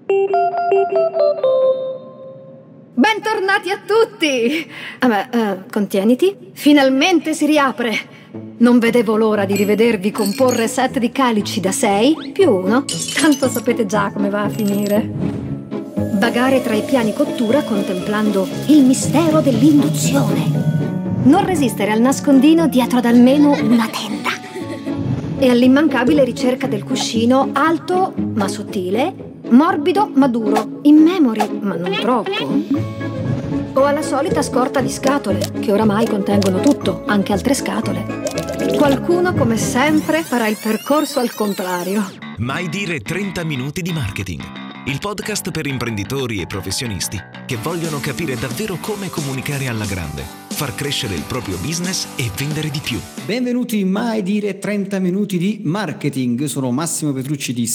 Bentornati a tutti! Contieniti. Finalmente si riapre. Non vedevo l'ora di rivedervi comporre set di calici da 6 più 1. Tanto sapete già come va a finire. Vagare tra i piani cottura contemplando il mistero dell'induzione. Non resistere al nascondino dietro ad almeno una tenda. E all'immancabile ricerca del cuscino alto ma sottile, morbido ma duro, in memory ma non troppo. O alla solita scorta di scatole, che oramai contengono tutto, anche altre scatole. Qualcuno, come sempre, farà il percorso al contrario. Mai dire 30 minuti di marketing. Il podcast per imprenditori e professionisti che vogliono capire davvero come comunicare alla grande, far crescere il proprio business e vendere di più. Benvenuti in Mai dire 30 minuti di marketing. Io sono Massimo Petrucci di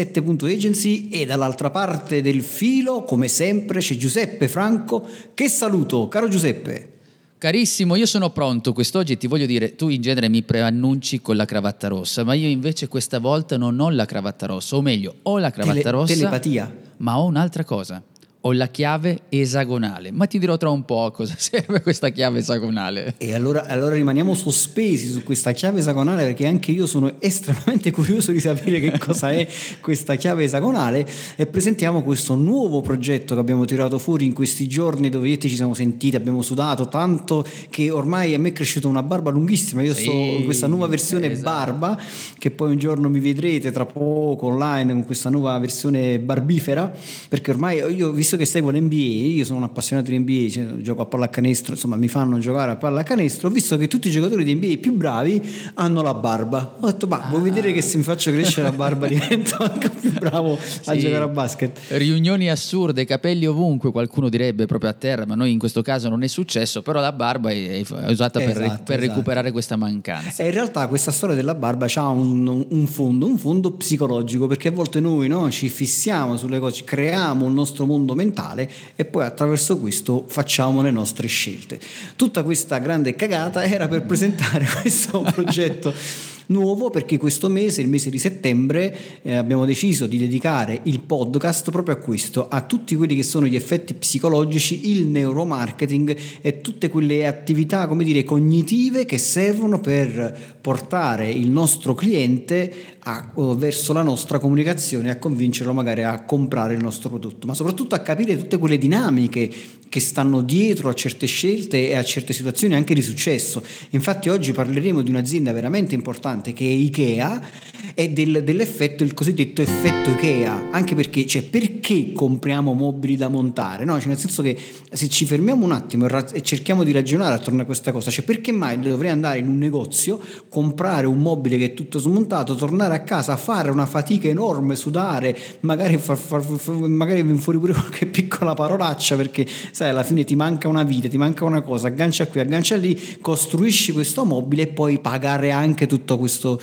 667.agency e dall'altra parte del filo, come sempre, c'è Giuseppe Franco, che saluto. Caro Giuseppe. Carissimo, io sono pronto quest'oggi e ti voglio dire, tu in genere mi preannunci con la cravatta rossa, ma io invece questa volta non ho la cravatta rossa, o meglio, ho la cravatta rossa, telepatia. Ma ho un'altra cosa. Ho la chiave esagonale, ma ti dirò tra un po' a cosa serve questa chiave esagonale. E allora rimaniamo sospesi su questa chiave esagonale, perché anche io sono estremamente curioso di sapere che cosa è questa chiave esagonale, e presentiamo questo nuovo progetto che abbiamo tirato fuori in questi giorni, dove ci siamo sentiti, abbiamo sudato tanto che ormai a me è cresciuta una barba lunghissima. Io sto in questa nuova versione barba, che poi un giorno mi vedrete tra poco online con questa nuova versione barbifera, perché ormai io, visto che seguo l'NBA, io sono un appassionato di NBA, cioè, gioco a pallacanestro, insomma mi fanno giocare a pallacanestro, ho visto che tutti i giocatori di NBA più bravi hanno la barba, ho detto vuoi vedere che se mi faccio crescere la barba divento anche più bravo a giocare a basket. Riunioni assurde, capelli ovunque, qualcuno direbbe proprio a terra, ma noi in questo caso non è successo, però la barba è usata per recuperare questa mancanza. E in realtà questa storia della barba ha un fondo psicologico, perché a volte noi ci fissiamo sulle cose, creiamo un nostro mondo mentale e poi attraverso questo facciamo le nostre scelte. Tutta questa grande cagata era per presentare questo progetto nuovo, perché questo mese, il mese di settembre, abbiamo deciso di dedicare il podcast proprio a questo, a tutti quelli che sono gli effetti psicologici, il neuromarketing e tutte quelle attività, come dire, cognitive che servono per portare il nostro cliente verso la nostra comunicazione, a convincerlo magari a comprare il nostro prodotto, ma soprattutto a capire tutte quelle dinamiche che stanno dietro a certe scelte e a certe situazioni anche di successo. Infatti oggi parleremo di un'azienda veramente importante che è IKEA e dell'effetto, il cosiddetto effetto IKEA, anche perché, perché compriamo mobili da montare, no? Nel senso che se ci fermiamo un attimo e cerchiamo di ragionare attorno a questa cosa, perché mai dovrei andare in un negozio, comprare un mobile che è tutto smontato, tornare a casa, fare una fatica enorme, sudare, magari magari viene fuori pure qualche piccola parolaccia, perché sai, alla fine ti manca una vita, ti manca una cosa, aggancia qui, aggancia lì, costruisci questo mobile e poi pagare anche tutto questo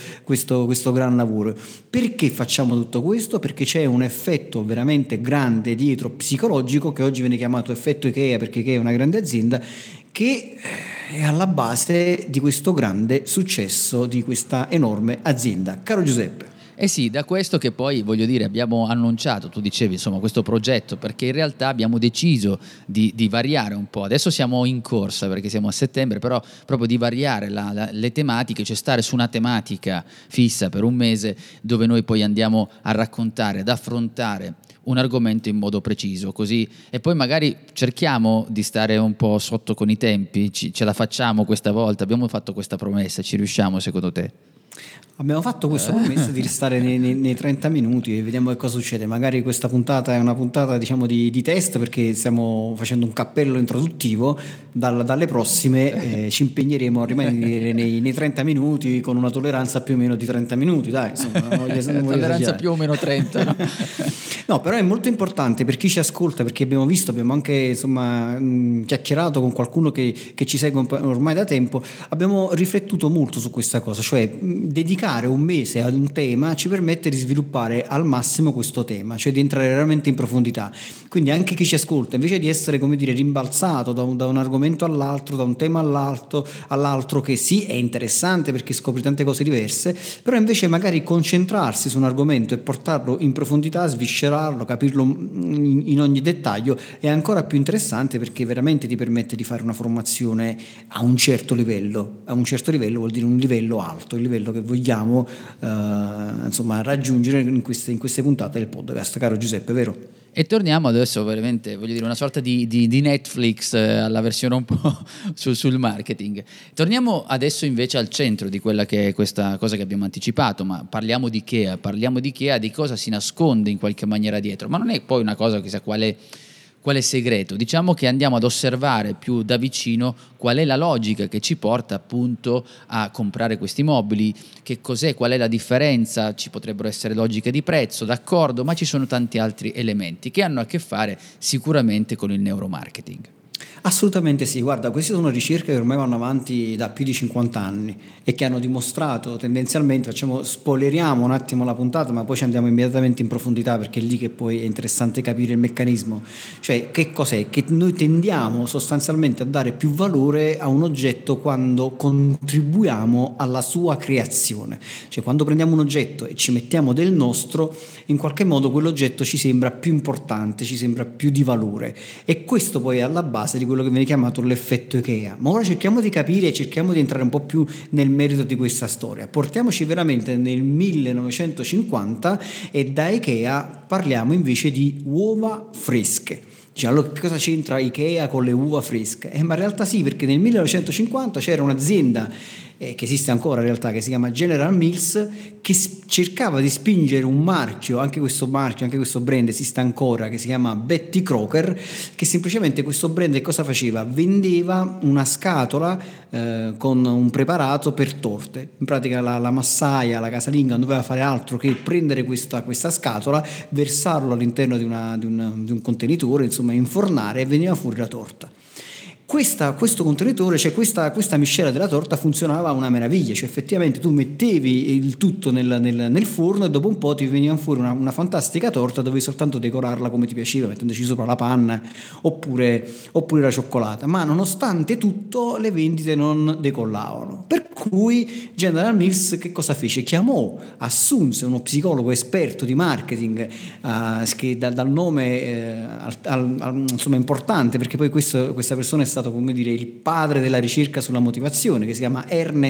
gran lavoro. Perché facciamo tutto questo? Perché c'è un effetto veramente grande dietro, psicologico, che oggi viene chiamato effetto IKEA, perché IKEA è una grande azienda che è alla base di questo grande successo di questa enorme azienda. Caro Giuseppe. Eh sì, da questo che poi, voglio dire, abbiamo annunciato, tu dicevi, insomma, questo progetto, perché in realtà abbiamo deciso di variare un po'. Adesso siamo in corsa perché siamo a settembre, però proprio di variare le tematiche, cioè stare su una tematica fissa per un mese, dove noi poi andiamo a raccontare, ad affrontare un argomento in modo preciso, così, e poi magari cerchiamo di stare un po' sotto con i tempi, ce la facciamo questa volta, abbiamo fatto questa promessa, ci riusciamo secondo te? Abbiamo fatto questa promessa di restare nei 30 minuti e vediamo che cosa succede. Magari questa puntata è una puntata, diciamo, di test, perché stiamo facendo un cappello introduttivo. Dalle prossime ci impegneremo a rimanere nei 30 minuti, con una tolleranza più o meno di 30 minuti, dai, insomma, tolleranza più o meno 30, no? No, però è molto importante per chi ci ascolta, perché abbiamo anche chiacchierato con qualcuno che ci segue ormai da tempo. Abbiamo riflettuto molto su questa cosa, cioè dedicare un mese ad un tema ci permette di sviluppare al massimo questo tema, cioè di entrare veramente in profondità. Quindi anche chi ci ascolta, invece di essere, come dire, rimbalzato da un argomento all'altro, da un tema all'altro, che sì è interessante perché scopri tante cose diverse, però invece magari concentrarsi su un argomento e portarlo in profondità, sviscerarlo, capirlo in ogni dettaglio è ancora più interessante, perché veramente ti permette di fare una formazione a un certo livello. A un certo livello vuol dire un livello alto, il livello che vogliamo raggiungere in queste puntate del podcast, caro Giuseppe, vero? E torniamo adesso veramente, voglio dire, una sorta di Netflix alla versione un po' sul marketing. Torniamo adesso invece al centro di quella che è questa cosa che abbiamo anticipato, ma parliamo di Ikea, di cosa si nasconde in qualche maniera dietro, ma non è poi una cosa chissà quale segreto. Diciamo che andiamo ad osservare più da vicino qual è la logica che ci porta appunto a comprare questi mobili, che cos'è, qual è la differenza. Ci potrebbero essere logiche di prezzo, d'accordo, ma ci sono tanti altri elementi che hanno a che fare sicuramente con il neuromarketing. Assolutamente sì, guarda, queste sono ricerche che ormai vanno avanti da più di 50 anni e che hanno dimostrato tendenzialmente, spoileriamo un attimo la puntata, ma poi ci andiamo immediatamente in profondità, perché è lì che poi è interessante capire il meccanismo. Cioè, che cos'è? Che noi tendiamo sostanzialmente a dare più valore a un oggetto quando contribuiamo alla sua creazione. Cioè, quando prendiamo un oggetto e ci mettiamo del nostro, in qualche modo quell'oggetto ci sembra più importante, ci sembra più di valore, e questo poi è alla base di quello che viene chiamato l'effetto Ikea. Ma ora cerchiamo di capire e cerchiamo di entrare un po' più nel merito di questa storia. Portiamoci veramente nel 1950 e da Ikea parliamo invece di uova fresche. Cioè, allora, cosa c'entra Ikea con le uova fresche? Ma in realtà sì, perché nel 1950 c'era un'azienda che esiste ancora in realtà, che si chiama General Mills, che cercava di spingere un marchio, anche questo brand esiste ancora, che si chiama Betty Crocker, che semplicemente questo brand cosa faceva? Vendeva una scatola con un preparato per torte. In pratica la massaia, la casalinga non doveva fare altro che prendere questa scatola, versarlo all'interno di un contenitore, insomma infornare, e veniva fuori la torta. Questo contenitore, cioè questa miscela della torta funzionava una meraviglia, cioè effettivamente tu mettevi il tutto nel forno e dopo un po' ti veniva fuori una fantastica torta, dovevi soltanto decorarla come ti piaceva, mettendoci sopra la panna oppure la cioccolata. Ma nonostante tutto le vendite non decollavano, per cui General Mills che cosa fece? Assunse uno psicologo esperto di marketing che dal nome insomma importante, perché poi questa persona è stato, come dire, il padre della ricerca sulla motivazione, che si chiamava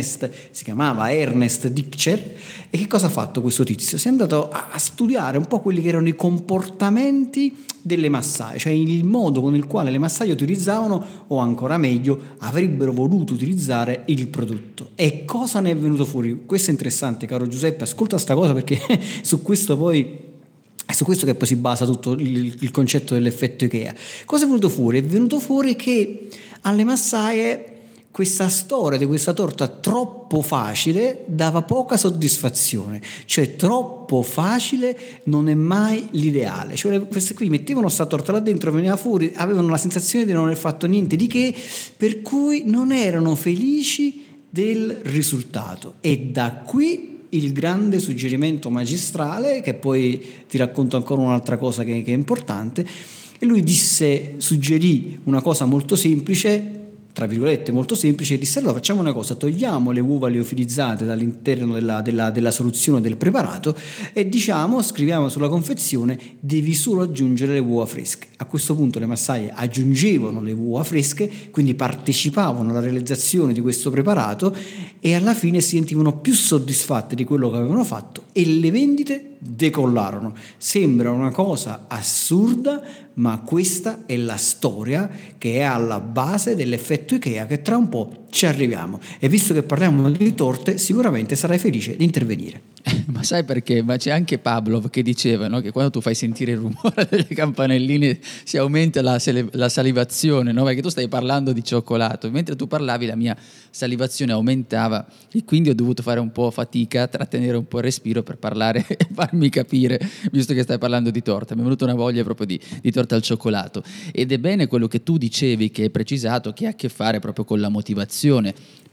Ernest Dichter. E che cosa ha fatto questo tizio? Si è andato a studiare un po' quelli che erano i comportamenti delle massaie, cioè il modo con il quale le massaie utilizzavano, o ancora meglio avrebbero voluto utilizzare il prodotto. E cosa ne è venuto fuori? Questo è interessante, caro Giuseppe, ascolta sta cosa, perché su questo che poi si basa tutto il concetto dell'effetto Ikea. Cosa è venuto fuori? È venuto fuori che alle massaie questa storia di questa torta troppo facile dava poca soddisfazione, cioè troppo facile non è mai l'ideale. Cioè queste qui mettevano sta torta là dentro, veniva fuori, avevano la sensazione di non aver fatto niente di che, per cui non erano felici del risultato. E da qui il grande suggerimento magistrale, che poi ti racconto ancora un'altra cosa che è importante. E lui suggerì una cosa molto semplice, tra virgolette molto semplice, e disse: allora facciamo una cosa, togliamo le uova liofilizzate dall'interno della soluzione del preparato e scriviamo sulla confezione: devi solo aggiungere le uova fresche. A questo punto le massaie aggiungevano le uova fresche, quindi partecipavano alla realizzazione di questo preparato e alla fine si sentivano più soddisfatte di quello che avevano fatto e le vendite decollarono. Sembra una cosa assurda, ma questa è la storia che è alla base dell'effetto Ikea, che tra un po' ci arriviamo. E visto che parliamo di torte, sicuramente sarai felice di intervenire. Ma sai perché? Ma c'è anche Pavlov che diceva, no? Che quando tu fai sentire il rumore delle campanelline si aumenta la salivazione, no? Perché tu stai parlando di cioccolato, mentre tu parlavi la mia salivazione aumentava e quindi ho dovuto fare un po' fatica, trattenere un po' il respiro per parlare e farmi capire, visto che stai parlando di torta. Mi è venuta una voglia proprio di torta al cioccolato. Ed è bene quello che tu dicevi, che hai precisato, che ha a che fare proprio con la motivazione,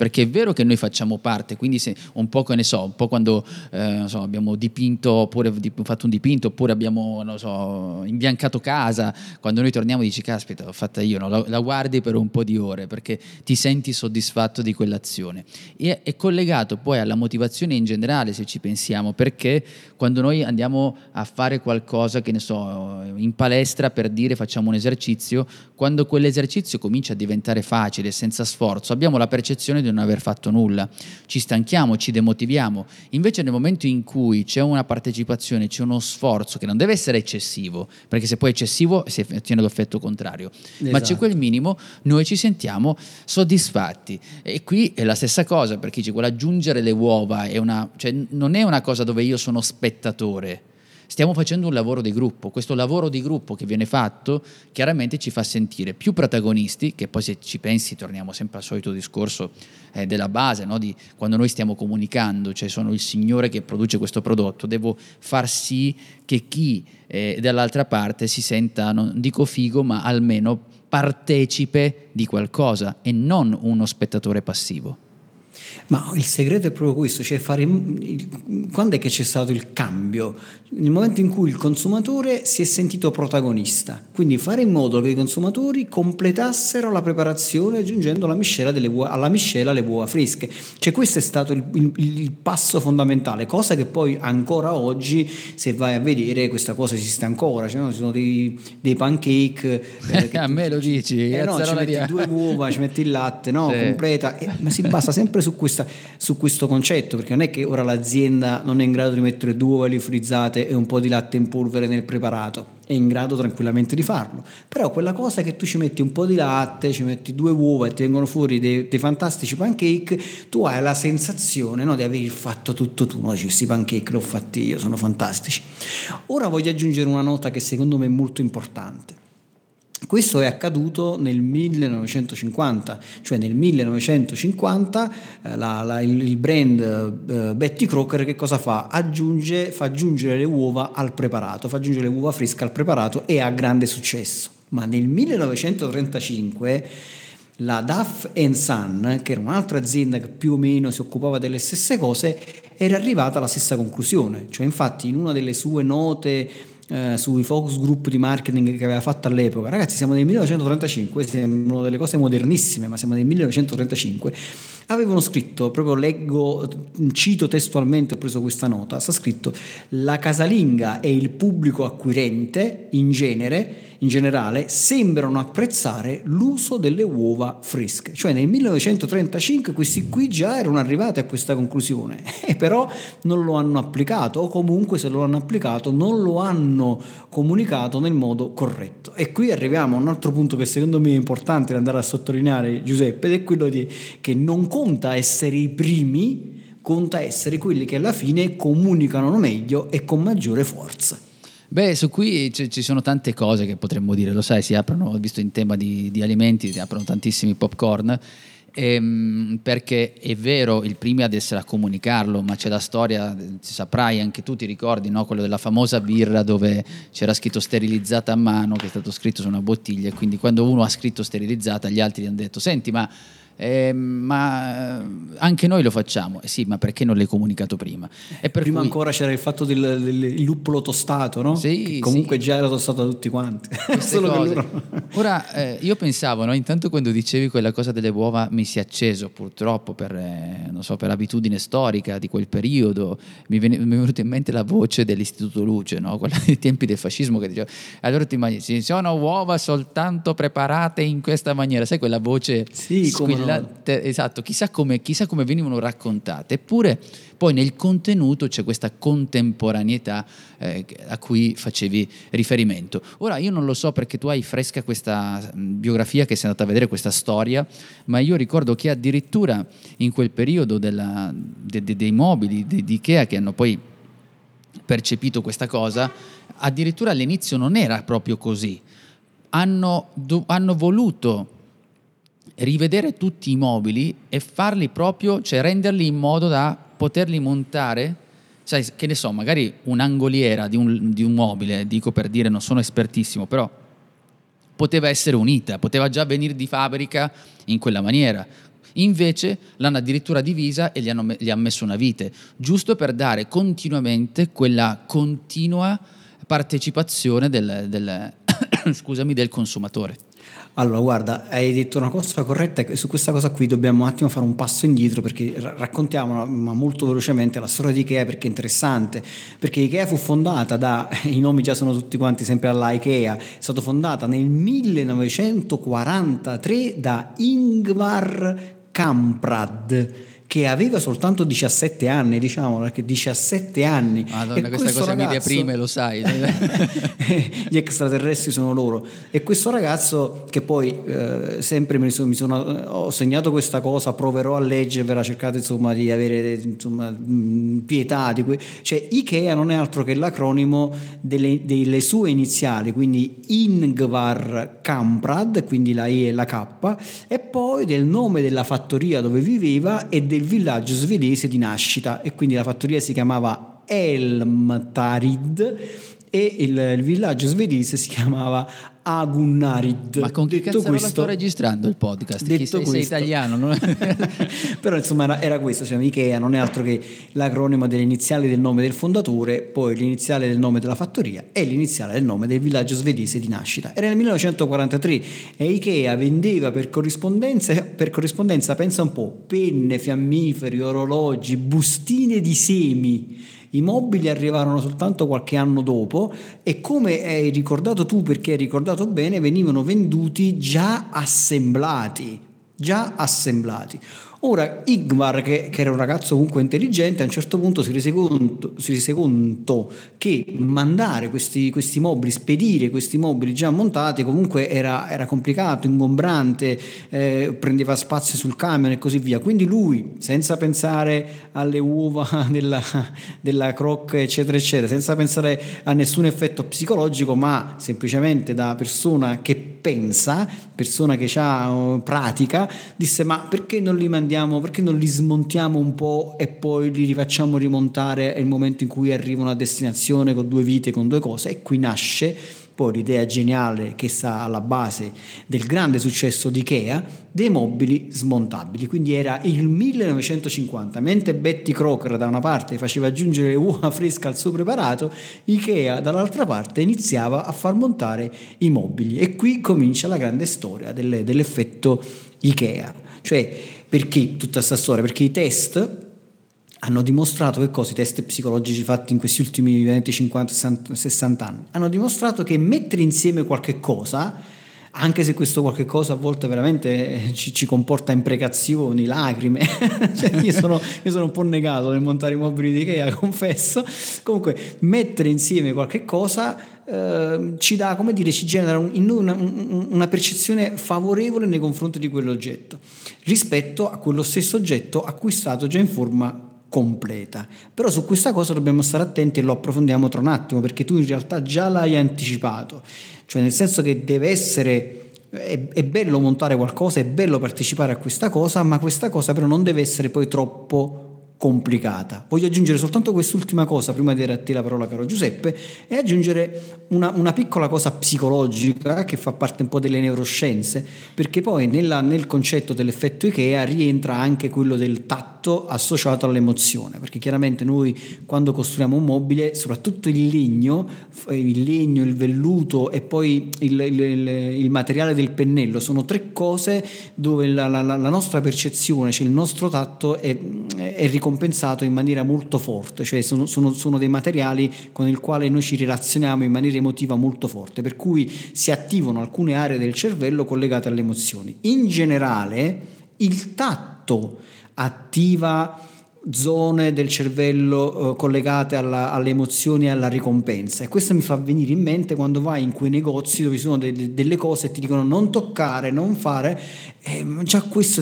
perché è vero che noi facciamo parte, quindi se un po' che ne so, un po' quando non so, abbiamo dipinto oppure fatto un dipinto oppure abbiamo non so, imbiancato casa, quando noi torniamo dici caspita l'ho fatta io, no? La guardi per un po' di ore perché ti senti soddisfatto di quell'azione, e è collegato poi alla motivazione in generale, se ci pensiamo, perché quando noi andiamo a fare qualcosa, che ne so, in palestra, per dire facciamo un esercizio, quando quell'esercizio comincia a diventare facile, senza sforzo, abbiamo la percezione di non aver fatto nulla, ci stanchiamo, ci demotiviamo. Invece nel momento in cui c'è una partecipazione, c'è uno sforzo che non deve essere eccessivo, perché se poi è eccessivo si ottiene l'effetto contrario, ma c'è quel minimo, noi ci sentiamo soddisfatti. E qui è la stessa cosa, perché dice, quell'aggiungere le uova cioè, non è una cosa dove io sono spettatore. Stiamo facendo un lavoro di gruppo, questo lavoro di gruppo che viene fatto chiaramente ci fa sentire più protagonisti, che poi se ci pensi torniamo sempre al solito discorso della base, no? Di quando noi stiamo comunicando, cioè sono il signore che produce questo prodotto, devo far sì che chi dall'altra parte si senta, non dico figo, ma almeno partecipe di qualcosa e non uno spettatore passivo. Ma il segreto è proprio questo, cioè quando è che c'è stato il cambio? Nel momento in cui il consumatore si è sentito protagonista, quindi fare in modo che i consumatori completassero la preparazione aggiungendo alla miscela le uova fresche. Cioè questo è stato il passo fondamentale, cosa che poi ancora oggi, se vai a vedere, questa cosa esiste ancora, cioè, no? Ci sono dei pancake a me lo dici, no, ci metti 2 uova, ci metti il latte, no? Sì. Completa, ma si basa sempre su questo concetto, perché non è che ora l'azienda non è in grado di mettere 2 uova liofilizzate e un po' di latte in polvere nel preparato, è in grado tranquillamente di farlo, però quella cosa che tu ci metti un po' di latte, ci metti 2 uova e ti vengono fuori dei fantastici pancake, tu hai la sensazione, no, di aver fatto tutto tu, no? Dici, questi pancake li ho fatti io, sono fantastici. Ora voglio aggiungere una nota che secondo me è molto importante. Questo è accaduto nel 1950, cioè nel 1950 il brand Betty Crocker che cosa fa? Fa aggiungere le uova al preparato, fa aggiungere le uova fresche al preparato e ha grande successo. Ma nel 1935 la Duff & Son, che era un'altra azienda che più o meno si occupava delle stesse cose, era arrivata alla stessa conclusione, cioè infatti in una delle sue note sui focus group di marketing che aveva fatto all'epoca, ragazzi siamo nel 1935, sembrano delle cose modernissime ma siamo nel 1935, avevano scritto, proprio cito testualmente, ho preso questa nota, sta scritto: la casalinga e il pubblico acquirente in generale sembrano apprezzare l'uso delle uova fresche. Cioè nel 1935 questi qui già erano arrivati a questa conclusione, però non lo hanno applicato, o comunque se lo hanno applicato non lo hanno comunicato nel modo corretto. E qui arriviamo a un altro punto che secondo me è importante da andare a sottolineare, Giuseppe, ed è quello che non conta essere i primi, conta essere quelli che alla fine comunicano meglio e con maggiore forza. Beh, su qui ci sono tante cose che potremmo dire, lo sai, si aprono, visto in tema di alimenti, si aprono tantissimi popcorn, perché è vero, il primo ad essere a comunicarlo, ma c'è la storia, saprai, anche tu ti ricordi, no? Quello della famosa birra dove c'era scritto sterilizzata a mano, che è stato scritto su una bottiglia, e quindi quando uno ha scritto sterilizzata, gli altri gli hanno detto: senti, ma anche noi lo facciamo. Sì, ma perché non l'hai comunicato prima? E per prima cui... ancora c'era il fatto del luppolo tostato, no? Sì, che comunque sì. Già era tostato da tutti quanti. Solo cose. Loro... Ora io pensavo, no? Intanto quando dicevi quella cosa delle uova mi si è acceso, purtroppo per abitudine storica di quel periodo mi è venuta in mente la voce dell'Istituto Luce, no? Quella dei tempi del fascismo, che diceva: allora ti immagini, ci sono uova soltanto preparate in questa maniera, sai, quella voce squillante, esatto, chissà come venivano raccontate. Eppure poi nel contenuto c'è questa contemporaneità a cui facevi riferimento. Ora io non lo so perché tu hai fresca questa biografia, che sei andata a vedere questa storia, ma io ricordo che addirittura in quel periodo dei mobili di Ikea, che hanno poi percepito questa cosa, addirittura all'inizio non era proprio così. Hanno voluto rivedere tutti i mobili e farli proprio, cioè renderli in modo da poterli montare, sai, che ne so, magari un'angoliera di un mobile, dico per dire, non sono espertissimo, però poteva essere unita, poteva già venire di fabbrica in quella maniera. Invece l'hanno addirittura divisa e gli hanno messo una vite, giusto per dare continuamente quella continua partecipazione scusami, del consumatore. Allora, guarda, hai detto una cosa corretta e su questa cosa qui dobbiamo un attimo fare un passo indietro perché raccontiamo ma molto velocemente la storia di Ikea perché è interessante, perché Ikea fu fondata i nomi già sono tutti quanti sempre alla Ikea, è stata fondata nel 1943 da Ingvar Kamprad, che aveva soltanto 17 anni, diciamo, perché 17 anni. Madonna, questa cosa mi deprime, lo sai. Gli extraterrestri sono loro. E questo ragazzo che poi sempre ho segnato questa cosa, proverò a leggervela, cercate insomma di avere pietà di cioè Ikea non è altro che l'acronimo delle sue iniziali, quindi Ingvar Kamprad, quindi la I e la K, e poi del nome della fattoria dove viveva e del villaggio svedese di nascita, e quindi la fattoria si chiamava Elmtarid e il villaggio svedese si chiamava Agunnarid. Ma con chi cazzo sto registrando il podcast? Sei italiano, no? Però insomma era questo, cioè Ikea non è altro che l'acronimo delle iniziali del nome del fondatore, poi l'iniziale del nome della fattoria e l'iniziale del nome del villaggio svedese di nascita. Era nel 1943 e Ikea vendeva per corrispondenza, pensa un po', penne, fiammiferi, orologi, bustine di semi. I mobili arrivarono soltanto qualche anno dopo e, come hai ricordato tu, perché hai ricordato bene, venivano venduti già assemblati. Ora Ingvar, che era un ragazzo comunque intelligente, a un certo punto si rese conto che mandare questi mobili, spedire questi mobili già montati comunque era complicato, ingombrante, prendeva spazio sul camion e così via. Quindi lui, senza pensare alle uova della croc eccetera eccetera, senza pensare a nessun effetto psicologico, ma semplicemente da persona che pensa, persona che ha pratica, disse: ma perché non li mandiamo, perché non li smontiamo un po' e poi li rifacciamo rimontare nel momento in cui arrivano a destinazione con due vite, con due cose. E qui nasce poi l'idea geniale che sta alla base del grande successo di Ikea, dei mobili smontabili. Quindi era il 1950, mentre Betty Crocker da una parte faceva aggiungere le uova fresche al suo preparato, Ikea dall'altra parte iniziava a far montare i mobili. E qui comincia la grande storia dell'effetto Ikea. Cioè, perché tutta questa storia? Perché i test hanno dimostrato che cosa? I test psicologici fatti in questi ultimi 20, 50, 60 anni hanno dimostrato che mettere insieme qualche cosa, anche se questo qualche cosa a volte veramente ci comporta imprecazioni, lacrime, cioè io sono un po' negato nel montare i mobili di Ikea, confesso. Comunque mettere insieme qualche cosa ci dà, come dire, ci genera in noi una percezione favorevole nei confronti di quell'oggetto rispetto a quello stesso oggetto acquistato già in forma completa. Però su questa cosa dobbiamo stare attenti e lo approfondiamo tra un attimo, perché tu in realtà già l'hai anticipato, cioè nel senso che deve essere, è bello montare qualcosa, è bello partecipare a questa cosa, ma questa cosa però non deve essere poi troppo complicata. Voglio aggiungere soltanto quest'ultima cosa prima di dare a te la parola, caro Giuseppe, e aggiungere una piccola cosa psicologica che fa parte un po' delle neuroscienze, perché poi nel concetto dell'effetto Ikea rientra anche quello del tatto associato all'emozione, perché chiaramente noi quando costruiamo un mobile, soprattutto il legno, il velluto e poi il materiale del pennello, sono tre cose dove la nostra percezione, cioè il nostro tatto è ricompensato in maniera molto forte, cioè sono dei materiali con il quale noi ci relazioniamo in maniera emotiva molto forte, per cui si attivano alcune aree del cervello collegate alle emozioni. In generale il tatto attiva zone del cervello collegate alle emozioni e alla ricompensa, e questo mi fa venire in mente quando vai in quei negozi dove ci sono delle cose e ti dicono non toccare, non fare, già questo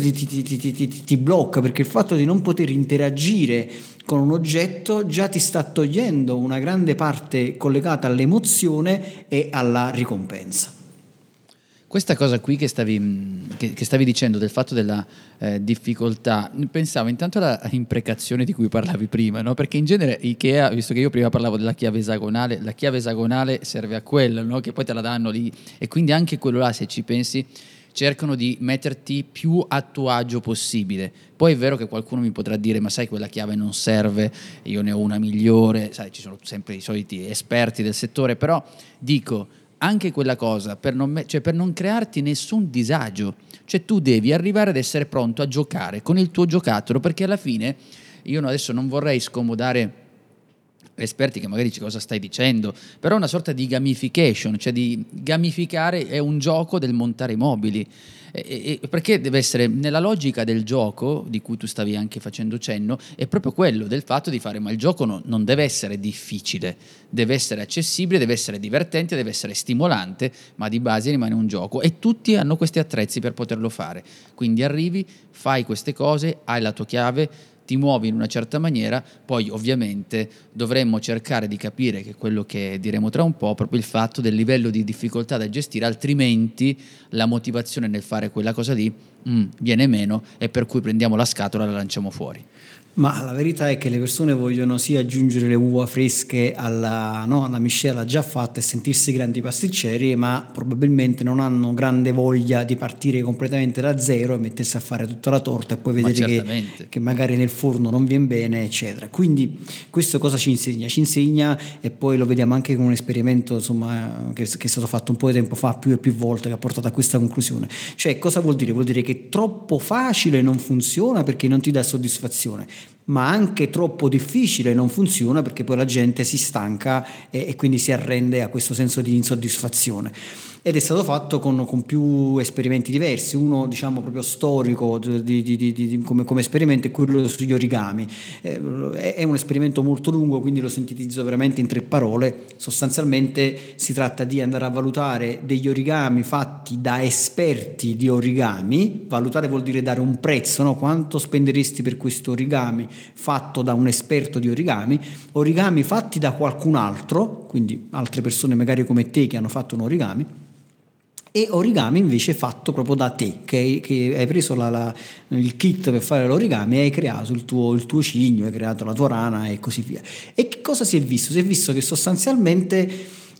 ti blocca, perché il fatto di non poter interagire con un oggetto già ti sta togliendo una grande parte collegata all'emozione e alla ricompensa. Questa cosa qui che stavi dicendo del fatto della difficoltà, pensavo intanto alla imprecazione di cui parlavi prima, no? Perché in genere Ikea, visto che io prima parlavo della chiave esagonale, la chiave esagonale serve a quello, no? Che poi te la danno lì, e quindi anche quello là, se ci pensi, cercano di metterti più a tuo agio possibile. Poi è vero che qualcuno mi potrà dire: ma sai, quella chiave non serve, io ne ho una migliore, sai, ci sono sempre i soliti esperti del settore, però dico, anche quella cosa, per non crearti nessun disagio, cioè tu devi arrivare ad essere pronto a giocare con il tuo giocattolo, perché alla fine io adesso non vorrei scomodare esperti che magari dice cosa stai dicendo, però è una sorta di gamification, cioè di gamificare è un gioco del montare i mobili, perché deve essere nella logica del gioco di cui tu stavi anche facendo cenno, è proprio quello del fatto di fare, ma il gioco non deve essere difficile, deve essere accessibile, deve essere divertente, deve essere stimolante, ma di base rimane un gioco e tutti hanno questi attrezzi per poterlo fare, quindi arrivi, fai queste cose, hai la tua chiave, ti muovi in una certa maniera. Poi ovviamente dovremmo cercare di capire, che quello che diremo tra un po', proprio il fatto del livello di difficoltà da gestire, altrimenti la motivazione nel fare quella cosa lì viene meno, e per cui prendiamo la scatola e la lanciamo fuori. Ma la verità è che le persone vogliono sì aggiungere le uova fresche alla miscela già fatta e sentirsi grandi pasticceri, ma probabilmente non hanno grande voglia di partire completamente da zero e mettersi a fare tutta la torta e poi vedere che magari nel forno non viene bene, eccetera. Quindi questo cosa ci insegna? Ci insegna, e poi lo vediamo anche con un esperimento, insomma, che è stato fatto un po' di tempo fa, più e più volte, che ha portato a questa conclusione. Cioè, cosa vuol dire? Vuol dire che troppo facile non funziona perché non ti dà soddisfazione, ma anche troppo difficile non funziona perché poi la gente si stanca e quindi si arrende a questo senso di insoddisfazione. Ed è stato fatto con più esperimenti diversi. Uno, diciamo, proprio storico come esperimento è quello sugli origami. È un esperimento molto lungo, quindi lo sintetizzo veramente in 3 parole. Sostanzialmente si tratta di andare a valutare degli origami fatti da esperti di origami. Valutare vuol dire dare un prezzo, no? Quanto spenderesti per questo origami fatto da un esperto di origami fatti da qualcun altro, quindi altre persone magari come te che hanno fatto un origami, e origami invece fatto proprio da te, che hai preso il kit per fare l'origami e hai creato il tuo cigno, hai creato la tua rana e così via. E che cosa si è visto? Si è visto che sostanzialmente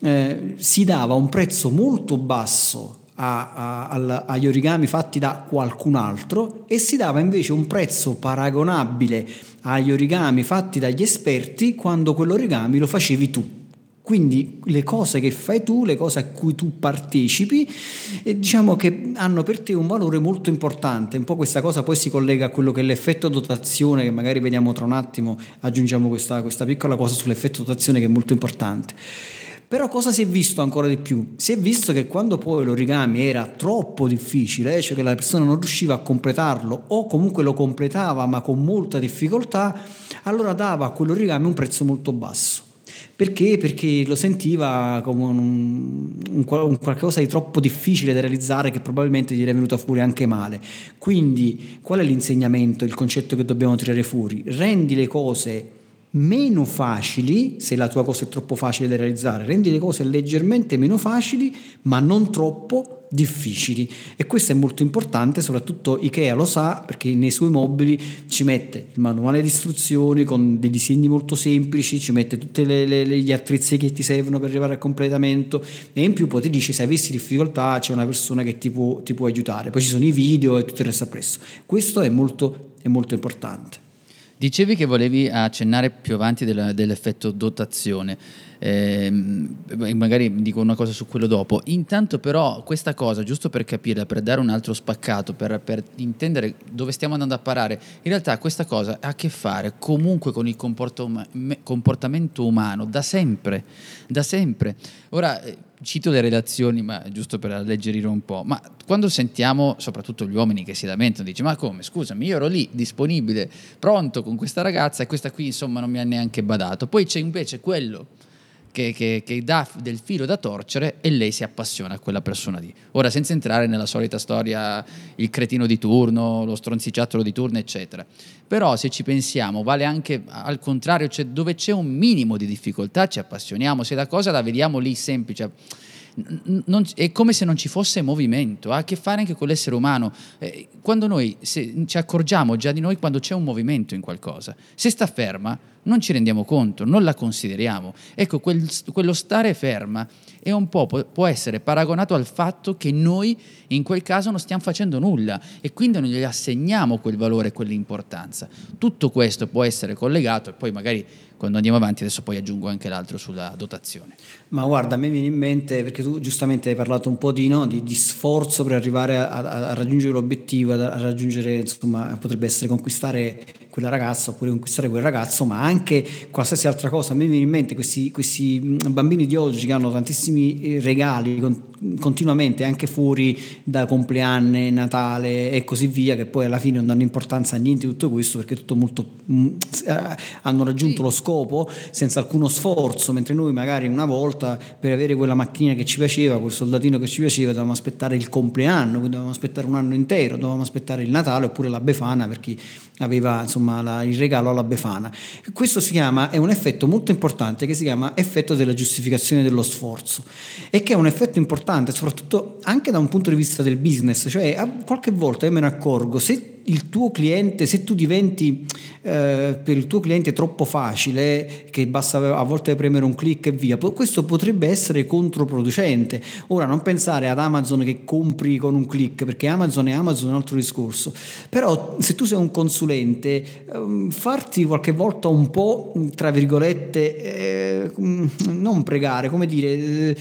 si dava un prezzo molto basso agli origami fatti da qualcun altro e si dava invece un prezzo paragonabile agli origami fatti dagli esperti quando quell'origami lo facevi tu. Quindi le cose che fai tu, le cose a cui tu partecipi, diciamo che hanno per te un valore molto importante. Un po' questa cosa poi si collega a quello che è l'effetto dotazione, che magari vediamo tra un attimo, aggiungiamo questa piccola cosa sull'effetto dotazione che è molto importante. Però cosa si è visto ancora di più? Si è visto che quando poi l'origami era troppo difficile, cioè che la persona non riusciva a completarlo o comunque lo completava ma con molta difficoltà, allora dava a quell'origami un prezzo molto basso. Perché? Perché lo sentiva come un qualcosa di troppo difficile da realizzare, che probabilmente gli era venuto fuori anche male. Quindi qual è l'insegnamento, il concetto che dobbiamo tirare fuori? Rendi le cose meno facili. Se la tua cosa è troppo facile da realizzare, rendi le cose leggermente meno facili ma non troppo difficili, e questo è molto importante. Soprattutto Ikea lo sa, perché nei suoi mobili ci mette il manuale di istruzioni con dei disegni molto semplici, ci mette tutti gli attrezzi che ti servono per arrivare al completamento, e in più poi ti dice: se avessi difficoltà c'è una persona che ti può aiutare. Poi ci sono i video e tutto il resto appresso. Questo è molto importante. Dicevi che volevi accennare più avanti dell'effetto dotazione, magari dico una cosa su quello dopo. Intanto però questa cosa, giusto per capire, per dare un altro spaccato, per intendere dove stiamo andando a parare, in realtà questa cosa ha a che fare comunque con il comportamento umano da sempre. Ora cito le relazioni, ma giusto per alleggerire un po', ma quando sentiamo soprattutto gli uomini che si lamentano, dice: ma come, scusami, io ero lì disponibile, pronto con questa ragazza e questa qui insomma non mi ha neanche badato. Poi c'è invece quello che dà del filo da torcere e lei si appassiona a quella persona lì. Ora, senza entrare nella solita storia, il cretino di turno, lo stronziciattolo di turno, eccetera, però se ci pensiamo vale anche al contrario, cioè dove c'è un minimo di difficoltà ci appassioniamo, se la cosa la vediamo lì semplice, è come se non ci fosse movimento. Ha a che fare anche con l'essere umano, quando noi ci accorgiamo già di noi quando c'è un movimento in qualcosa. Se sta ferma non ci rendiamo conto, non la consideriamo. Ecco, quello stare ferma è un po', può essere paragonato al fatto che noi in quel caso non stiamo facendo nulla e quindi non gli assegniamo quel valore e quell'importanza. Tutto questo può essere collegato, e poi magari quando andiamo avanti adesso poi aggiungo anche l'altro sulla dotazione. Ma guarda, a me viene in mente, perché tu giustamente hai parlato un po' di sforzo per arrivare a raggiungere l'obiettivo, a raggiungere, insomma, potrebbe essere conquistare quella ragazza oppure conquistare quel ragazzo, ma anche qualsiasi altra cosa. A me viene in mente questi bambini di oggi che hanno tantissimi regali continuamente, anche fuori da compleanni, Natale e così via, che poi alla fine non danno importanza a niente di tutto questo, perché tutto molto hanno raggiunto lo scopo senza alcuno sforzo, mentre noi magari una volta per avere quella macchina che ci piaceva, quel soldatino che ci piaceva, dovevamo aspettare il compleanno, quindi dovevamo aspettare un anno intero, dovevamo aspettare il Natale oppure la Befana per chi aveva insomma il regalo alla Befana. Questo è un effetto molto importante che si chiama effetto della giustificazione dello sforzo, e che è un effetto importante soprattutto anche da un punto di vista del business. Cioè qualche volta io me ne accorgo, se il tuo cliente, se tu diventi per il tuo cliente troppo facile, che basta a volte premere un click e via, questo potrebbe essere controproducente. Ora, non pensare ad Amazon che compri con un click, perché Amazon è un altro discorso, però se tu sei un consulente, farti qualche volta un po', tra virgolette, non pregare, come dire,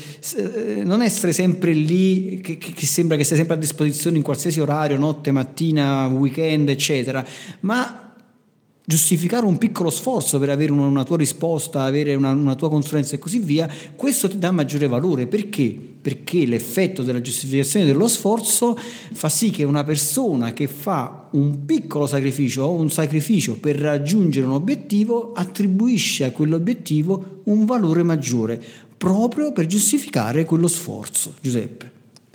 non essere sempre lì che sembra che sei sempre a disposizione in qualsiasi orario, notte, mattina, weekend, eccetera, ma giustificare un piccolo sforzo per avere una tua risposta, avere una tua consulenza e così via, questo ti dà maggiore valore. Perché? Perché l'effetto della giustificazione dello sforzo fa sì che una persona che fa un piccolo sacrificio o un sacrificio per raggiungere un obiettivo attribuisce a quell'obiettivo un valore maggiore, proprio per giustificare quello sforzo. Giuseppe.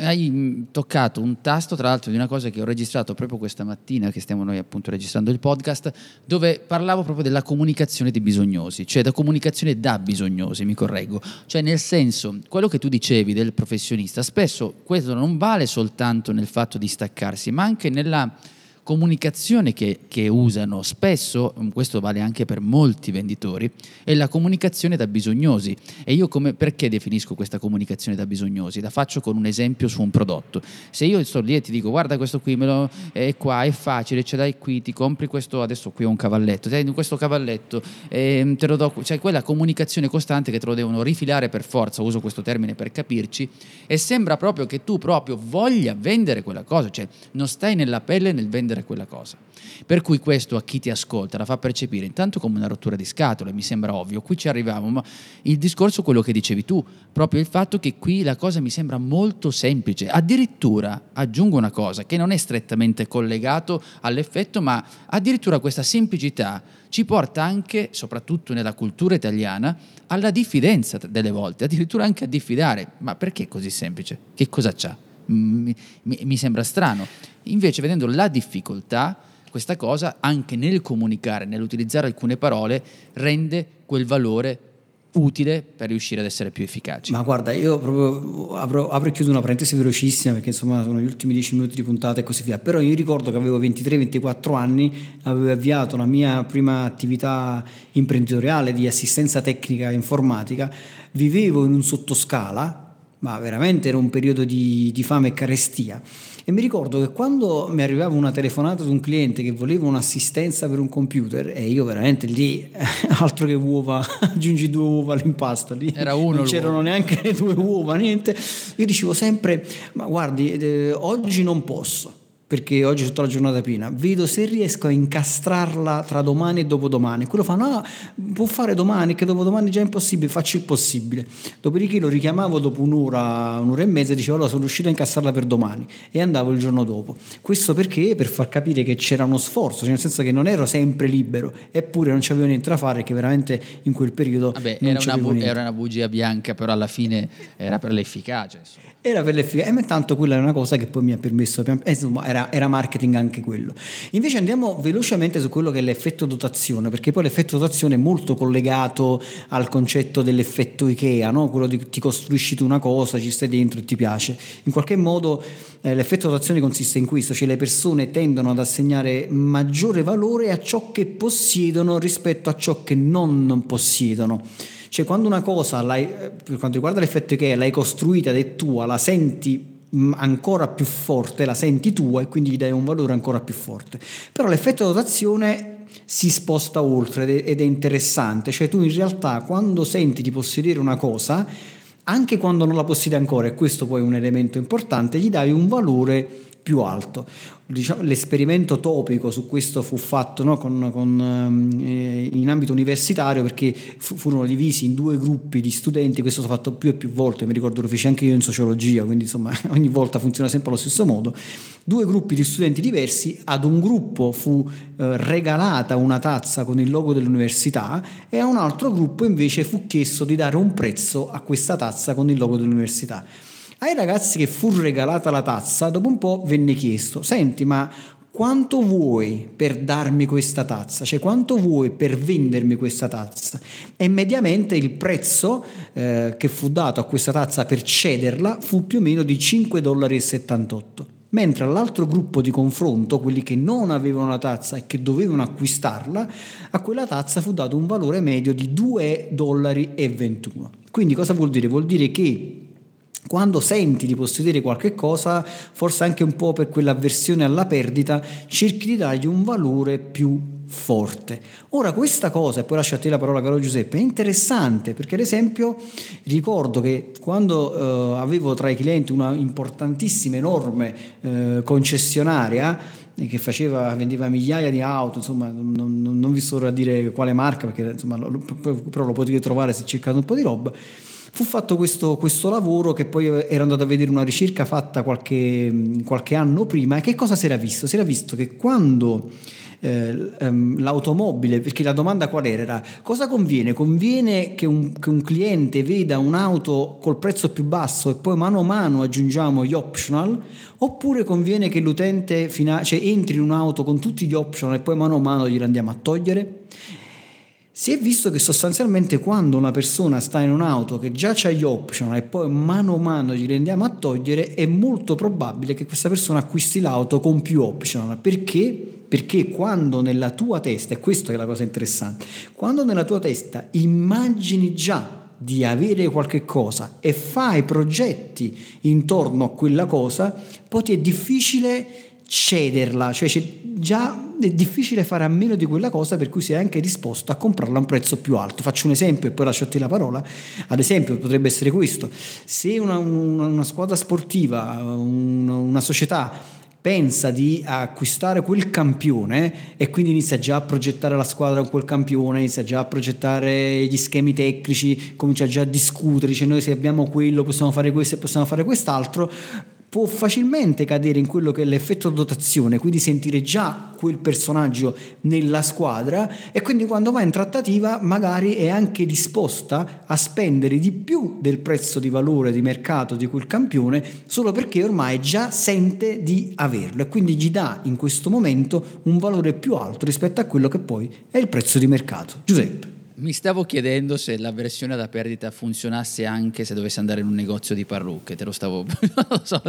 Hai toccato un tasto, tra l'altro, di una cosa che ho registrato proprio questa mattina, che stiamo noi appunto registrando il podcast, dove parlavo proprio della comunicazione dei bisognosi, cioè da comunicazione da bisognosi, mi correggo. Cioè, nel senso, quello che tu dicevi del professionista, spesso questo non vale soltanto nel fatto di staccarsi, ma anche nella comunicazione che usano spesso, questo vale anche per molti venditori, è la comunicazione da bisognosi. E io perché definisco questa comunicazione da bisognosi? La faccio con un esempio su un prodotto. Se io sto lì e ti dico guarda questo qui, è qua, è facile, ce l'hai qui, ti compri questo, adesso qui ho un cavalletto, ti questo cavalletto, te lo do, cioè quella comunicazione costante che te lo devono rifilare per forza, uso questo termine per capirci, e sembra proprio che tu proprio voglia vendere quella cosa, cioè non stai nella pelle nel vendere quella cosa. Per cui questo a chi ti ascolta la fa percepire intanto come una rottura di scatole, mi sembra ovvio, qui ci arriviamo, ma il discorso è quello che dicevi tu, proprio il fatto che qui la cosa mi sembra molto semplice. Addirittura aggiungo una cosa che non è strettamente collegato all'effetto, ma addirittura questa semplicità ci porta anche, soprattutto nella cultura italiana, alla diffidenza delle volte, addirittura anche a diffidare. Ma perché è così semplice? Che cosa c'ha? Mi sembra strano. Invece, vedendo la difficoltà, questa cosa anche nel comunicare, nell'utilizzare alcune parole, rende quel valore utile per riuscire ad essere più efficaci. Ma guarda, io proprio apro e chiudo una parentesi velocissima, perché insomma sono gli ultimi 10 minuti di puntata e così via, però io ricordo che avevo 23-24 anni, avevo avviato la mia prima attività imprenditoriale di assistenza tecnica informatica, vivevo in un sottoscala, ma veramente era un periodo di fame e carestia, e mi ricordo che quando mi arrivava una telefonata di un cliente che voleva un'assistenza per un computer, e io veramente lì, altro che uova, aggiungi 2 uova all'impasto, lì era uno, non c'erano neanche le 2 uova, niente, io dicevo sempre, ma guardi, oggi non posso, perché oggi è tutta la giornata piena, vedo se riesco a incastrarla tra domani e dopodomani. Quello fa, no, può fare domani, che dopodomani già è impossibile, faccio il possibile. Dopodiché lo richiamavo dopo un'ora e mezza e dicevo, allora sono riuscito a incastrarla per domani, e andavo il giorno dopo. Questo perché? Per far capire che c'era uno sforzo, cioè nel senso che non ero sempre libero, eppure non c'avevo niente da fare, che veramente in quel periodo non c'avevo niente. Era una bugia bianca, però alla fine era per l'efficacia. Era per l'efficacia, e tanto quella è una cosa che poi mi ha permesso, insomma, era marketing anche quello. Invece andiamo velocemente su quello che è l'effetto dotazione, perché poi l'effetto dotazione è molto collegato al concetto dell'effetto Ikea, no? Quello di ti costruisci tu una cosa, ci stai dentro e ti piace. In qualche modo l'effetto dotazione consiste in questo, cioè le persone tendono ad assegnare maggiore valore a ciò che possiedono rispetto a ciò che non possiedono. Cioè quando una cosa, per quanto riguarda l'effetto Ikea, l'hai costruita ed è tua, la senti ancora più forte, la senti tua e quindi gli dai un valore ancora più forte. Però l'effetto dotazione si sposta oltre ed è interessante, cioè tu in realtà quando senti di possedere una cosa, anche quando non la possiedi ancora, e questo poi è un elemento importante, gli dai un valore più alto. Diciamo, l'esperimento topico su questo fu fatto, no, in ambito universitario, perché furono divisi in 2 gruppi di studenti. Questo è stato fatto più e più volte, mi ricordo lo feci anche io in sociologia, quindi insomma ogni volta funziona sempre allo stesso modo. 2 gruppi di studenti diversi, ad un gruppo fu regalata una tazza con il logo dell'università e a un altro gruppo invece fu chiesto di dare un prezzo a questa tazza con il logo dell'università. Ai ragazzi che fu regalata la tazza, dopo un po' venne chiesto: senti, ma quanto vuoi per darmi questa tazza? Cioè quanto vuoi per vendermi questa tazza? E mediamente il prezzo che fu dato a questa tazza per cederla fu più o meno di $5,78. Mentre all'altro gruppo di confronto, quelli che non avevano la tazza e che dovevano acquistarla, a quella tazza fu dato un valore medio di $2,21. Quindi cosa vuol dire? Vuol dire che quando senti di possedere qualche cosa, forse anche un po' per quell'avversione alla perdita, cerchi di dargli un valore più forte. Ora questa cosa, e poi lascio a te la parola caro Giuseppe, è interessante perché ad esempio ricordo che quando avevo tra i clienti una importantissima, enorme concessionaria che vendeva migliaia di auto, insomma non vi sto ora a dire quale marca perché insomma però lo potete trovare se cercate un po' di roba. Fu fatto questo lavoro che poi ero andato a vedere una ricerca fatta qualche anno prima. E che cosa si era visto? Si era visto che quando l'automobile, perché la domanda qual era? Cosa conviene? Conviene che un cliente veda un'auto col prezzo più basso e poi mano a mano aggiungiamo gli optional, oppure conviene che l'utente entri in un'auto con tutti gli optional e poi mano a mano glieli andiamo a togliere? Si è visto che sostanzialmente quando una persona sta in un'auto che già c'ha gli optional e poi mano a mano gli andiamo a togliere, è molto probabile che questa persona acquisti l'auto con più optional. Perché? Perché quando nella tua testa, e questa è la cosa interessante, quando nella tua testa immagini già di avere qualche cosa e fai progetti intorno a quella cosa, poi ti è difficile cederla, cioè già è difficile fare a meno di quella cosa, per cui sei anche disposto a comprarla a un prezzo più alto. Faccio un esempio e poi lascio a te la parola. Ad esempio potrebbe essere questo: se una squadra sportiva, una società pensa di acquistare quel campione e quindi inizia già a progettare la squadra con quel campione, inizia già a progettare gli schemi tecnici, comincia già a discutere, dice noi se abbiamo quello possiamo fare questo e possiamo fare quest'altro, può facilmente cadere in quello che è l'effetto dotazione, quindi sentire già quel personaggio nella squadra e quindi quando va in trattativa magari è anche disposta a spendere di più del prezzo di valore di mercato di quel campione solo perché ormai già sente di averlo e quindi gli dà in questo momento un valore più alto rispetto a quello che poi è il prezzo di mercato. Giuseppe. Mi stavo chiedendo se l'avversione alla perdita funzionasse anche se dovessi andare in un negozio di parrucche, te lo stavo non lo so,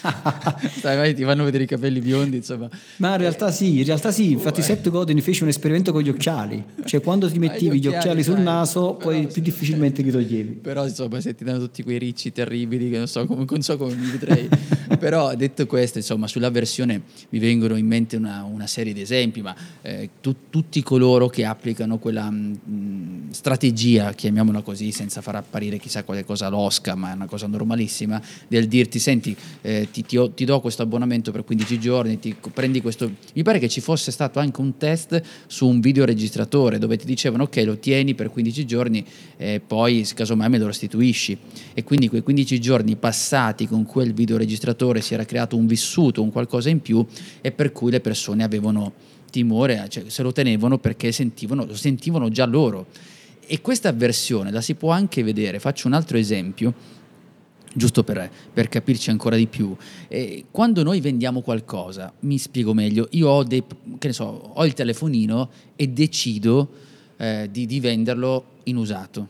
ti fanno vedere i capelli biondi, insomma. Ma in realtà sì, infatti Seth Godin fece un esperimento con gli occhiali, cioè quando ti mettevi gli occhiali sul naso poi più difficilmente li toglievi. Però insomma se ti danno tutti quei ricci terribili che non so come mi vedrei. Però detto questo, insomma, sull'avversione mi vengono in mente una serie di esempi, ma tutti coloro che applicano quella strategia, chiamiamola così, senza far apparire chissà quale cosa losca, ma è una cosa normalissima, del dirti senti ti do questo abbonamento per 15 giorni, ti prendi questo. Mi pare che ci fosse stato anche un test su un videoregistratore dove ti dicevano ok, lo tieni per 15 giorni e poi casomai me lo restituisci, e quindi quei 15 giorni passati con quel videoregistratore si era creato un vissuto, un qualcosa in più, e per cui le persone avevano timore, cioè se lo tenevano perché lo sentivano già loro. E questa avversione la si può anche vedere, faccio un altro esempio, giusto per capirci ancora di più, quando noi vendiamo qualcosa, mi spiego meglio, io ho ho il telefonino e decido di venderlo in usato.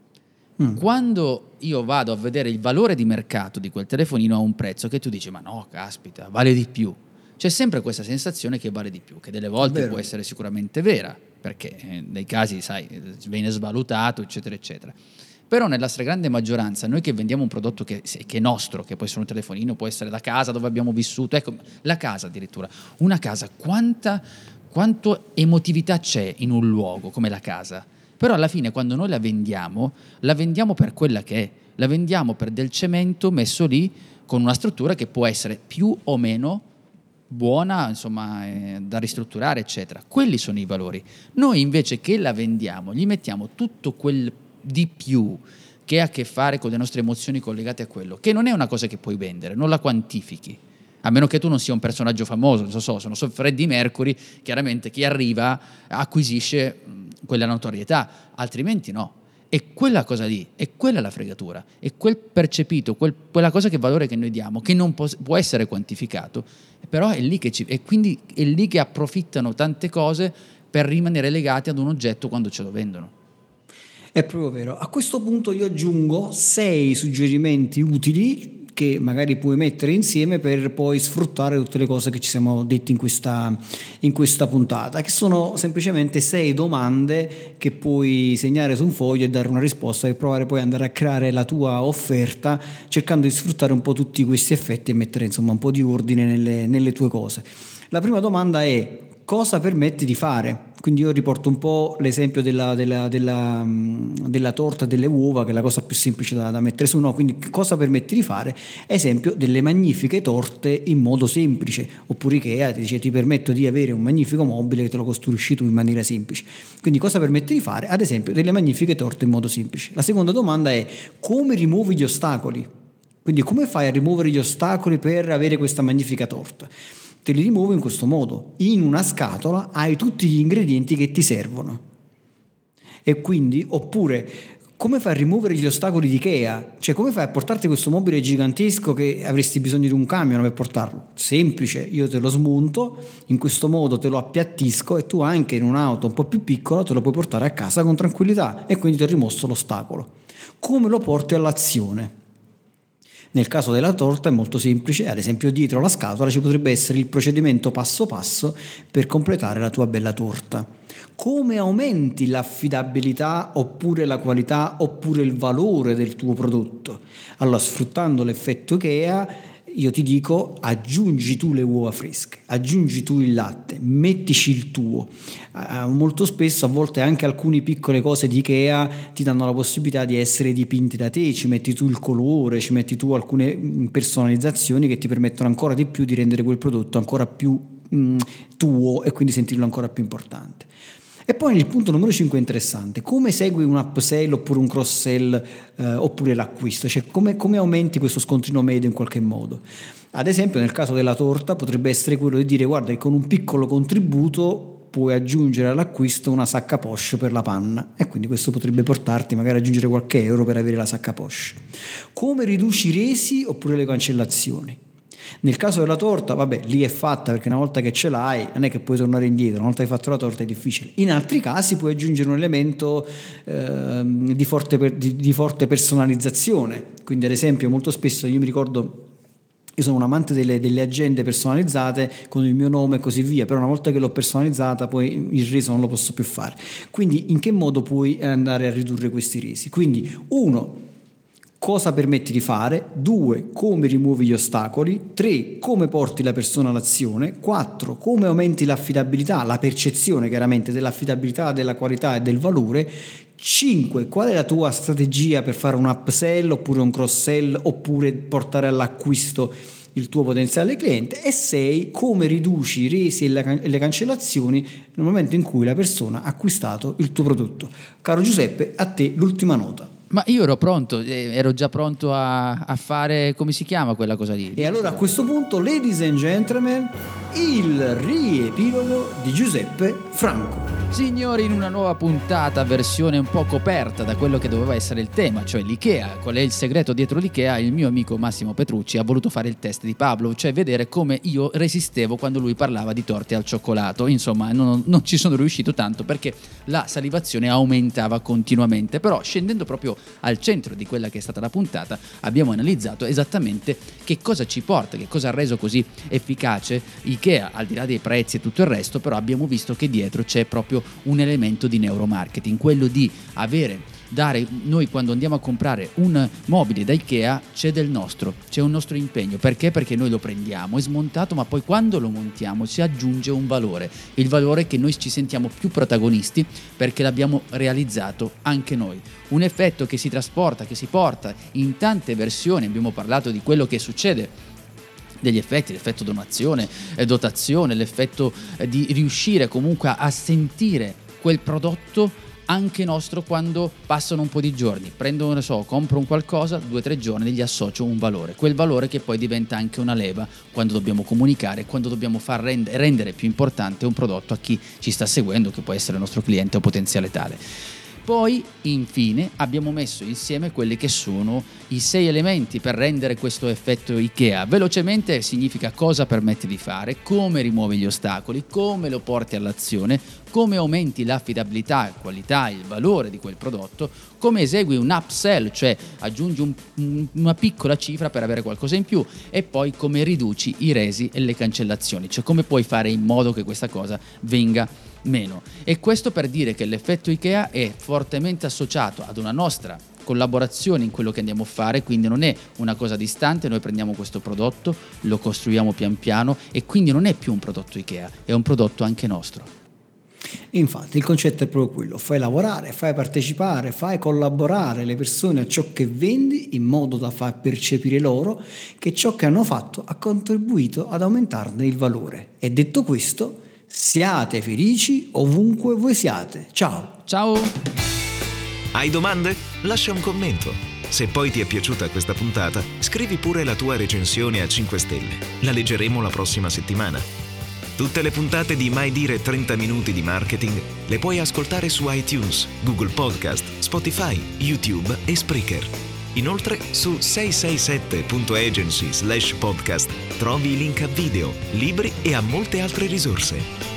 Quando io vado a vedere il valore di mercato di quel telefonino a un prezzo che tu dici ma no, caspita, vale di più, c'è sempre questa sensazione che vale di più, che delle volte può essere sicuramente vera, perché nei casi, sai, viene svalutato, eccetera, eccetera. Però nella stragrande maggioranza, noi che vendiamo un prodotto che è nostro, che può essere un telefonino, può essere la casa dove abbiamo vissuto, ecco, la casa addirittura, una casa, quanto emotività c'è in un luogo come la casa? Però alla fine quando noi la vendiamo per quella che è, la vendiamo per del cemento messo lì con una struttura che può essere più o meno buona, insomma, da ristrutturare, eccetera. Quelli sono i valori. Noi invece che la vendiamo, gli mettiamo tutto quel di più che ha a che fare con le nostre emozioni collegate a quello, che non è una cosa che puoi vendere, non la quantifichi, a meno che tu non sia un personaggio famoso, non so, sono Freddie Mercury, chiaramente chi arriva acquisisce quella notorietà, altrimenti no. E quella cosa lì, è quella la fregatura, è quel percepito, quella cosa, che valore che noi diamo, che non può essere quantificato, però è lì e quindi è lì che approfittano tante cose per rimanere legati ad un oggetto quando ce lo vendono. È proprio vero. A questo punto io aggiungo 6 suggerimenti utili che magari puoi mettere insieme per poi sfruttare tutte le cose che ci siamo detti in questa puntata, che sono semplicemente 6 domande che puoi segnare su un foglio e dare una risposta e provare poi ad andare a creare la tua offerta, cercando di sfruttare un po' tutti questi effetti e mettere insomma un po' di ordine nelle tue cose. La prima domanda è: cosa permetti di fare? Quindi io riporto un po' l'esempio della torta e delle uova, che è la cosa più semplice da mettere su, no? Quindi cosa permetti di fare? Esempio delle magnifiche torte in modo semplice, oppure Ikea ti dice ti permetto di avere un magnifico mobile che te lo costruisci tu in maniera semplice. Quindi cosa permetti di fare? Ad esempio delle magnifiche torte in modo semplice. La seconda domanda è: come rimuovi gli ostacoli? Quindi come fai a rimuovere gli ostacoli per avere questa magnifica torta? Te li rimuovo in questo modo: in una scatola hai tutti gli ingredienti che ti servono. E quindi, oppure, come fai a rimuovere gli ostacoli di Ikea? Cioè, come fai a portarti questo mobile gigantesco che avresti bisogno di un camion per portarlo? Semplice, io te lo smonto, in questo modo te lo appiattisco e tu anche in un'auto un po' più piccola te lo puoi portare a casa con tranquillità, e quindi ti ho rimosso l'ostacolo. Come lo porti all'azione? Nel caso della torta è molto semplice, ad esempio dietro la scatola ci potrebbe essere il procedimento passo passo per completare la tua bella torta. Come aumenti l'affidabilità oppure la qualità oppure il valore del tuo prodotto? Allora, sfruttando l'effetto Ikea, io ti dico: aggiungi tu le uova fresche, aggiungi tu il latte, mettici il tuo. Molto spesso, a volte anche alcune piccole cose di Ikea ti danno la possibilità di essere dipinti da te, ci metti tu il colore, ci metti tu alcune personalizzazioni che ti permettono ancora di più di rendere quel prodotto ancora più tuo e quindi sentirlo ancora più importante. E poi il punto numero 5 è interessante: come segui un upsell oppure un cross sell oppure l'acquisto, cioè come aumenti questo scontrino medio in qualche modo. Ad esempio nel caso della torta potrebbe essere quello di dire: guarda che con un piccolo contributo puoi aggiungere all'acquisto una sacca poche per la panna, e quindi questo potrebbe portarti magari a aggiungere qualche euro per avere la sacca poche. Come riduci i resi oppure le cancellazioni. Nel caso della torta, vabbè, lì è fatta, perché una volta che ce l'hai non è che puoi tornare indietro, una volta che hai fatto la torta è difficile. In altri casi puoi aggiungere un elemento di forte personalizzazione. Quindi ad esempio molto spesso io mi ricordo, io sono un amante delle agende personalizzate con il mio nome e così via, però una volta che l'ho personalizzata poi il reso non lo posso più fare. Quindi in che modo puoi andare a ridurre questi resi? Quindi 1, cosa permetti di fare, 2, come rimuovi gli ostacoli, 3, come porti la persona all'azione, 4, come aumenti l'affidabilità, la percezione chiaramente dell'affidabilità, della qualità e del valore, 5, qual è la tua strategia per fare un upsell oppure un cross sell oppure portare all'acquisto il tuo potenziale cliente, e 6, come riduci i resi e le cancellazioni nel momento in cui la persona ha acquistato il tuo prodotto. Caro Giuseppe, a te l'ultima nota. Ma io ero pronto, ero già pronto a fare, come si chiama quella cosa lì? E allora a questo punto, ladies and gentlemen, il riepilogo di Giuseppe Franco. Signori, in una nuova puntata, versione un po' coperta da quello che doveva essere il tema, cioè l'IKEA. Qual è il segreto dietro l'IKEA? Il mio amico Massimo Petrucci ha voluto fare il test di Pavlov, cioè vedere come io resistevo quando lui parlava di torte al cioccolato. Insomma, non ci sono riuscito tanto perché la salivazione aumentava continuamente, però scendendo proprio al centro di quella che è stata la puntata abbiamo analizzato esattamente che cosa ci porta, che cosa ha reso così efficace IKEA, al di là dei prezzi e tutto il resto. Però abbiamo visto che dietro c'è proprio un elemento di neuromarketing, quello di dare noi quando andiamo a comprare un mobile da IKEA c'è del nostro, c'è un nostro impegno. Perché? Perché noi lo prendiamo, è smontato, ma poi quando lo montiamo si aggiunge un valore, il valore è che noi ci sentiamo più protagonisti perché l'abbiamo realizzato anche noi. Un effetto che si trasporta, che si porta in tante versioni. Abbiamo parlato di quello che succede, degli effetti, l'effetto donazione, dotazione, l'effetto di riuscire comunque a sentire quel prodotto anche nostro quando passano un po' di giorni. Compro un qualcosa, 2 o 3 giorni gli associo un valore, quel valore che poi diventa anche una leva quando dobbiamo comunicare, quando dobbiamo far rendere più importante un prodotto a chi ci sta seguendo, che può essere il nostro cliente o potenziale tale. Poi, infine, abbiamo messo insieme quelli che sono i 6 elementi per rendere questo effetto IKEA. Velocemente significa cosa permette di fare, come rimuovi gli ostacoli, come lo porti all'azione, come aumenti l'affidabilità, la qualità, il valore di quel prodotto, come esegui un upsell, cioè aggiungi una piccola cifra per avere qualcosa in più, e poi come riduci i resi e le cancellazioni, cioè come puoi fare in modo che questa cosa venga meno. E questo per dire che l'effetto IKEA è fortemente associato ad una nostra collaborazione in quello che andiamo a fare, quindi non è una cosa distante. Noi prendiamo questo prodotto, lo costruiamo pian piano e quindi non è più un prodotto IKEA, è un prodotto anche nostro. Infatti il concetto è proprio quello: fai lavorare, fai partecipare, fai collaborare le persone a ciò che vendi, in modo da far percepire loro che ciò che hanno fatto ha contribuito ad aumentarne il valore. E detto questo, siate felici ovunque voi siate. Ciao! Ciao! Hai domande? Lascia un commento. Se poi ti è piaciuta questa puntata, scrivi pure la tua recensione a 5 stelle. La leggeremo la prossima settimana. Tutte le puntate di Mai Dire 30 Minuti di Marketing le puoi ascoltare su iTunes, Google Podcast, Spotify, YouTube e Spreaker. Inoltre su 667.agency/podcast trovi i link a video, libri e a molte altre risorse.